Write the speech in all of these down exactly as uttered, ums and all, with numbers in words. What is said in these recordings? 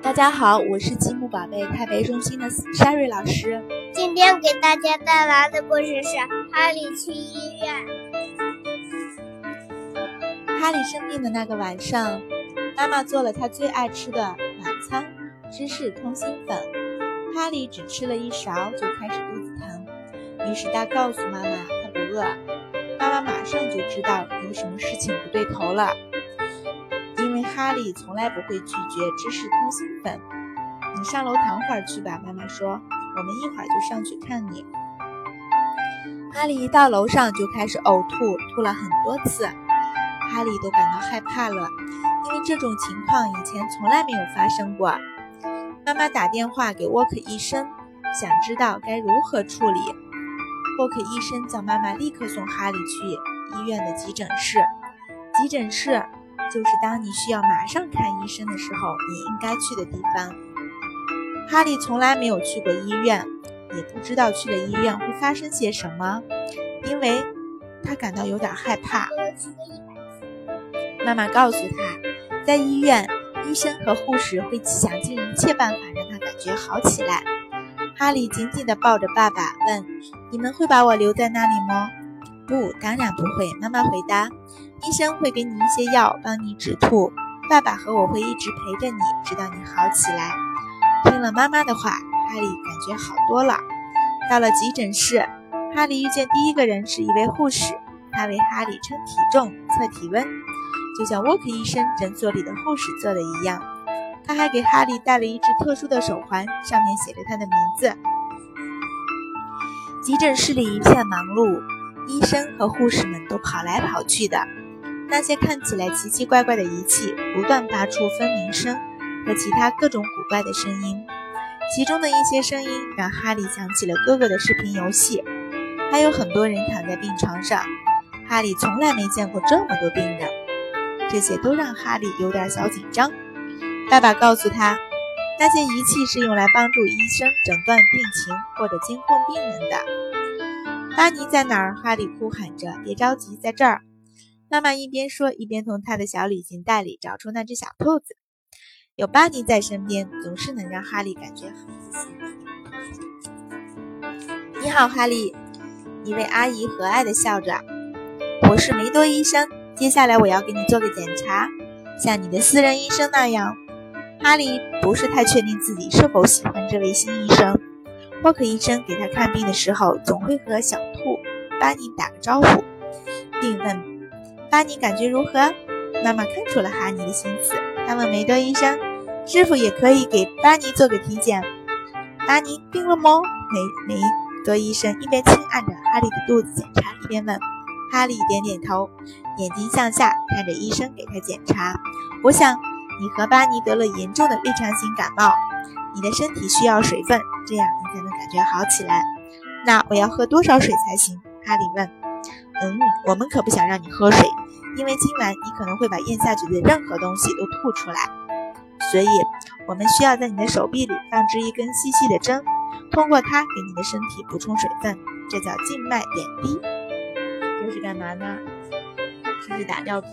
大家好，我是积木宝贝台北中心的沙瑞老师。 今天给大家带来的故事是哈利去医院。 哈利生病的那个晚上，妈妈做了他最爱吃的晚餐——芝士通心粉。哈利只吃了一勺就开始肚子疼，于是他告诉妈妈他不饿。妈妈马上就知道有什么事情不对头了，因为哈利从来不会拒绝芝士通心粉。你上楼躺会儿去吧，妈妈说，我们一会儿就上去看你。哈利一到楼上就开始呕吐，吐了很多次。哈利都感到害怕了，因为这种情况以前从来没有发生过。妈妈打电话给沃克医生，想知道该如何处理。沃克医生叫妈妈立刻送哈利去医院的急诊室。急诊室就是当你需要马上看医生的时候，你应该去的地方。哈利从来没有去过医院，也不知道去了医院会发生些什么，因为他感到有点害怕。妈妈告诉他，在医院，医生和护士会想尽一切办法让他感觉好起来。哈利紧紧地抱着爸爸，问：“你们会把我留在那里吗？”“不，当然不会。”妈妈回答。“医生会给你一些药，帮你止吐。爸爸和我会一直陪着你，直到你好起来。”听了妈妈的话，哈利感觉好多了。到了急诊室，哈利遇见第一个人是一位护士，他为哈利称体重、测体温，就像沃克医生诊所里的护士做的一样。他还给哈利戴了一只特殊的手环，上面写着他的名字。急诊室里一片忙碌，医生和护士们都跑来跑去的。那些看起来奇奇怪怪的仪器不断发出分鸣声和其他各种古怪的声音，其中的一些声音让哈利想起了哥哥的视频游戏。还有很多人躺在病床上，哈利从来没见过这么多病人，这些都让哈利有点小紧张。爸爸告诉他，那些仪器是用来帮助医生诊断病情或者监控病人的。巴尼在哪儿？哈利哭喊着，别着急，在这儿。妈妈一边说，一边从她的小旅行袋里找出那只小兔子。有巴尼在身边，总是能让哈利感觉很安心。你好，哈利，一位阿姨和蔼地笑着。我是梅多医生，接下来我要给你做个检查，像你的私人医生那样。哈利不是太确定自己是否喜欢这位新医生。沃克医生给他看病的时候，总会和小兔巴尼打个招呼，并问巴尼感觉如何。妈妈看出了哈尼的心思，他问梅多医生，师傅也可以给巴尼做个体检。巴尼病了吗？梅梅多医生一边轻按着哈利的肚子检查，一边问。哈利点点头，眼睛向下看着医生给他检查。我想你和巴尼得了严重的胃肠型感冒，你的身体需要水分，这样你才能感觉好起来。那我要喝多少水才行？哈利问。嗯，我们可不想让你喝水，因为今晚你可能会把咽下去的任何东西都吐出来。所以我们需要在你的手臂里放置一根细细的针，通过它给你的身体补充水分，这叫静脉点滴。这是干嘛呢？这是打吊瓶。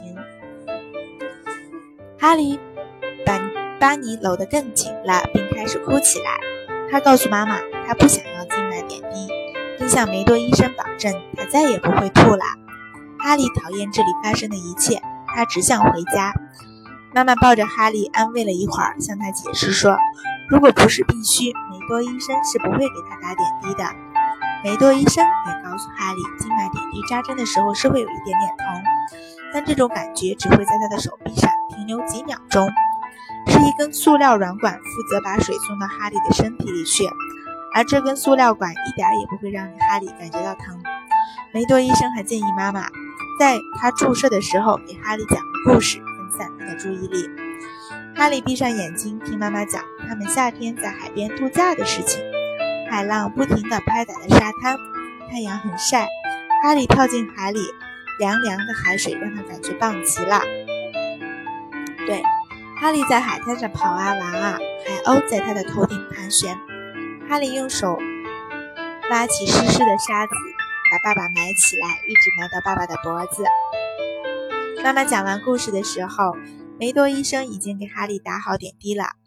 哈利把巴尼搂得更紧了，并开始哭起来。他告诉妈妈，他不想要静脉点滴，并向梅多医生保证，他再也不会吐了。哈利讨厌这里发生的一切，他只想回家。妈妈抱着哈利安慰了一会儿，向他解释说，如果不是必须，梅多医生是不会给他打点滴的。梅多医生也告诉哈利，静脉点滴扎针的时候是会有一点点疼，但这种感觉只会在他的手臂上停留几秒钟。是一根塑料软管负责把水送到哈利的身体里去，而这根塑料管一点也不会让哈利感觉到疼。梅多医生还建议妈妈在他注射的时候给哈利讲个故事，分散他的注意力。哈利闭上眼睛听妈妈讲他们夏天在海边度假的事情。海浪不停地拍打着沙滩，太阳很晒，哈利跳进海里，凉凉的海水让他感觉棒极了。对，哈利在海滩上跑啊玩啊，海鸥在他的头顶盘旋。哈利用手挖起湿湿的沙子，把爸爸埋起来，一直埋到爸爸的脖子。妈妈讲完故事的时候，梅多医生已经给哈利打好点滴了。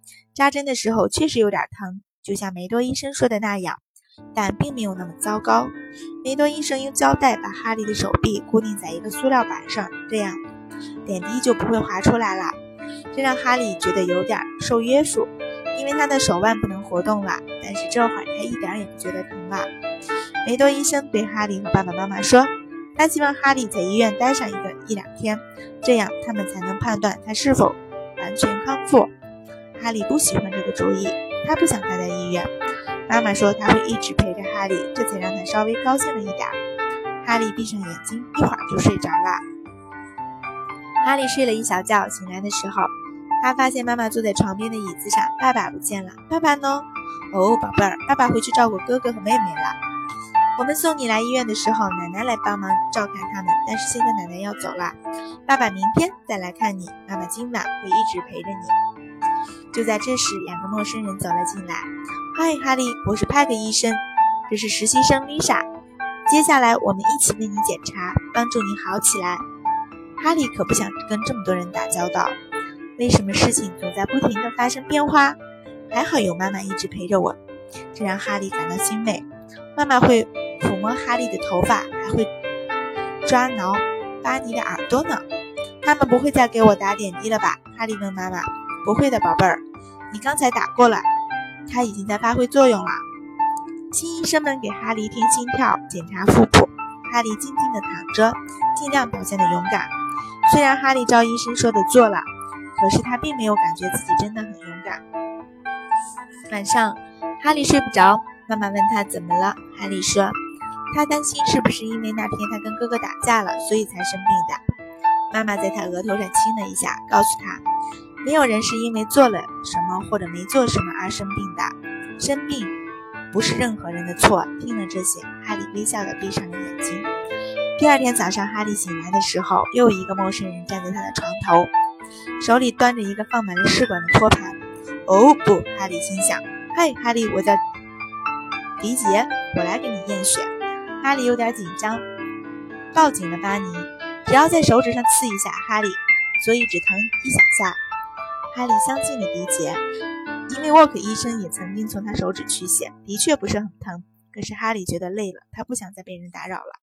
扎针的时候确实有点疼，就像梅多医生说的那样，但并没有那么糟糕。梅多医生用胶带把哈利的手臂固定在一个塑料板上，这样点滴就不会滑出来了。这让哈利觉得有点受约束，因为他的手腕不能活动了，但是这会儿他一点也不觉得疼了。梅多医生对哈利和爸爸妈妈说，他希望哈利在医院待上一个一两天，这样他们才能判断他是否完全康复。哈利不喜欢这个主意，他不想待在医院。妈妈说他会一直陪着哈利，这才让他稍微高兴了一点。哈利闭上眼睛，一会儿就睡着了。哈利睡了一小觉，醒来的时候，他发现妈妈坐在床边的椅子上，爸爸不见了。爸爸呢？哦，宝贝儿，爸爸回去照顾哥哥和妹妹了。我们送你来医院的时候，奶奶来帮忙照看他们，但是现在奶奶要走了，爸爸明天再来看你，妈妈今晚会一直陪着你。就在这时，两个陌生人走了进来。嗨，哈利，我是派克医生，这是实习生丽莎。接下来我们一起为你检查，帮助你好起来。哈利可不想跟这么多人打交道，为什么事情总在不停地发生变化？还好有妈妈一直陪着我，这让哈利感到欣慰。妈妈会抚摸哈利的头发，还会抓挠巴尼的耳朵呢。他们不会再给我打点滴了吧？哈利问妈妈。不会的，宝贝儿，你刚才打过了，它已经在发挥作用了。新医生们给哈利听心跳，检查腹部。哈利静静地躺着，尽量表现得勇敢。虽然哈利照医生说的做了，可是他并没有感觉自己真的很勇敢。晚上，哈利睡不着，妈妈问他怎么了。哈利说，他担心是不是因为那天他跟哥哥打架了，所以才生病的。妈妈在他额头上亲了一下，告诉他，没有人是因为做了什么或者没做什么而生病的，生病不是任何人的错。听了这些，哈利微笑地闭上了眼睛。第二天早上，哈利醒来的时候，又有一个陌生人站在他的床头，手里端着一个放满了试管的托盘。哦不，哈利心想，嗨，哈利，我叫迪杰，我来给你验血。哈利有点紧张，抱紧了巴尼，只要在手指上刺一下，哈利，所以只疼一小下。哈利相信了迪杰，因为沃克医生也曾经从他手指取血，的确不是很疼。可是哈利觉得累了，他不想再被人打扰了。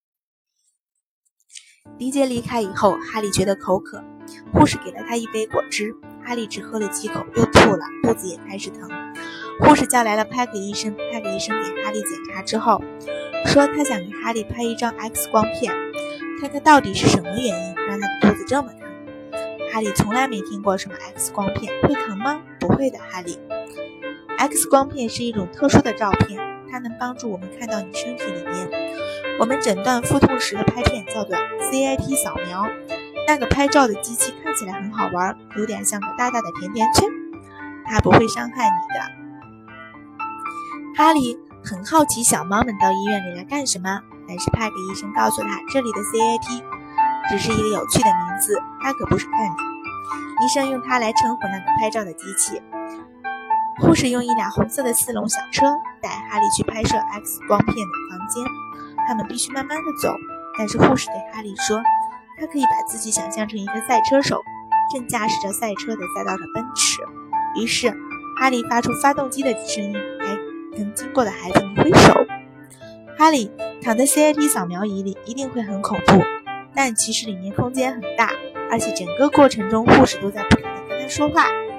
迪杰离开以后，哈利觉得口渴，护士给了他一杯果汁，哈利只喝了几口又吐了，肚子也开始疼。护士叫来了派克医生，派克医生给哈利检查之后，说他想给哈利拍一张 X 光片，看看到底是什么原因让他的肚子这么疼。哈利从来没听过什么 X 光片，会疼吗？不会的，哈利。X 光片是一种特殊的照片，它能帮助我们看到你身体里面。我们诊断腹痛时的拍片叫做 C I T 扫描，那个拍照的机器看起来很好玩，有点像个大大的甜甜圈，它不会伤害你的。哈利很好奇小猫们到医院里来干什么，但是派克医生告诉他，这里的 C I T 只是一个有趣的名字，它可不是看你。医生用它来称呼那个拍照的机器。护士用一辆红色的四轮小车带哈利去拍摄 X 光片的房间，他们必须慢慢的走，但是护士对哈利说，他可以把自己想象成一个赛车手，正驾驶着赛车在赛道上奔驰。于是哈利发出发动机的声音，还跟经过的孩子们挥手。哈利躺在 C I T 扫描仪里一定会很恐怖，但其实里面空间很大，而且整个过程中护士都在不停地跟他说话。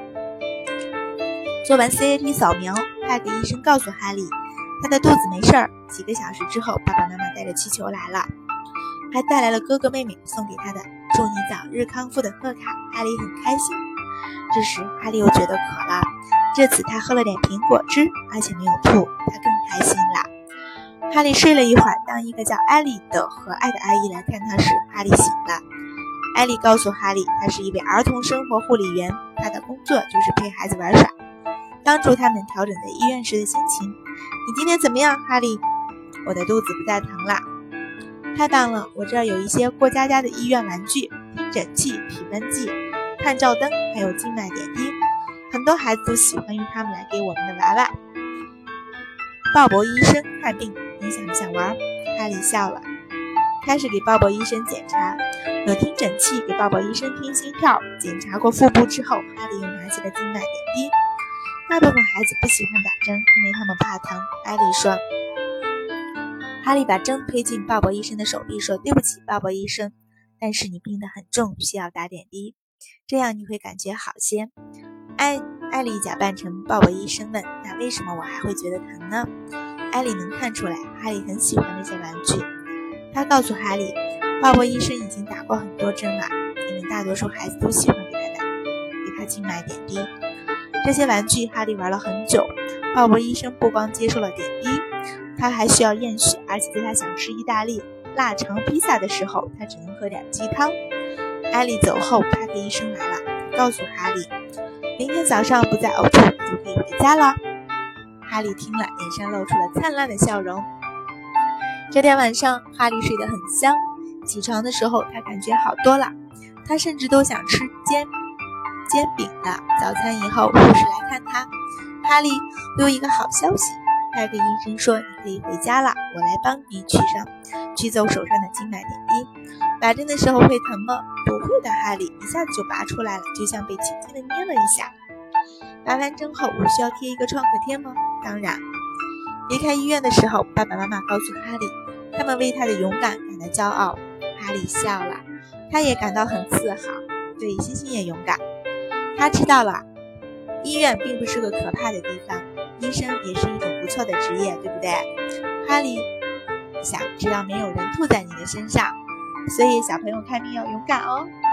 做完 C I T 扫描，派克医生告诉哈利，他的肚子没事儿。几个小时之后，爸爸妈妈带着气球来了，还带来了哥哥妹妹送给他的祝你早日康复的贺卡。哈利很开心。这时哈利又觉得渴了，这次他喝了点苹果汁，而且没有吐，他更开心了。哈利睡了一会儿，当一个叫艾莉的和蔼的阿姨来看他时，哈利醒了。艾莉告诉哈利，她是一位儿童生活护理员，她的工作就是陪孩子玩耍，帮助他们调整在医院时的心情。你今天怎么样，哈利？我的肚子不再疼了。太棒了，我这儿有一些过家家的医院玩具，听诊器、体温计、探照灯，还有静脉点滴，很多孩子都喜欢用它们来给我们的娃娃鲍勃医生看病，你想不想玩？哈利笑了，开始给鲍勃医生检查。有听诊器给鲍勃医生听心跳，检查过腹部之后，哈利又拿起了静脉点滴。 大部分孩子不喜欢打针，因为他们怕疼。艾莉说。哈利把针推进鲍勃医生的手臂，说：“对不起，鲍勃医生，但是你病得很重，需要打点滴，这样你会感觉好些。”艾艾莉假扮成鲍勃医生问：“那为什么我还会觉得疼呢？”艾莉能看出来，哈利很喜欢那些玩具。他告诉哈利，鲍勃医生已经打过很多针了，因为大多数孩子都喜欢给他打，给他静脉点滴。这些玩具哈利玩了很久。鲍勃医生不光接受了点滴，他还需要验血，而且在他想吃意大利腊肠披萨的时候，他只能喝点鸡汤。艾莉走后，派克医生来了，告诉哈利，明天早上不再呕吐，就可以回家了。哈利听了，脸上露出了灿烂的笑容。这天晚上，哈利睡得很香，起床的时候他感觉好多了，他甚至都想吃煎煎饼了。早餐以后，护士来看他，哈利，我有一个好消息，派克医生说你可以回家了，我来帮你取上取走手上的静脉点滴。打针的时候会疼吗？不会的，哈利，一下子就拔出来了，就像被轻轻地捏了一下。拔完针后，我需要贴一个创可贴吗？当然。离开医院的时候，爸爸妈妈告诉哈利，他们为他的勇敢感到骄傲。哈利笑了，他也感到很自豪。对，星星也勇敢。他知道了，医院并不是个可怕的地方，医生也是一种不错的职业，对不对？哈利想，只要没有人吐在你的身上，所以小朋友看病要勇敢哦。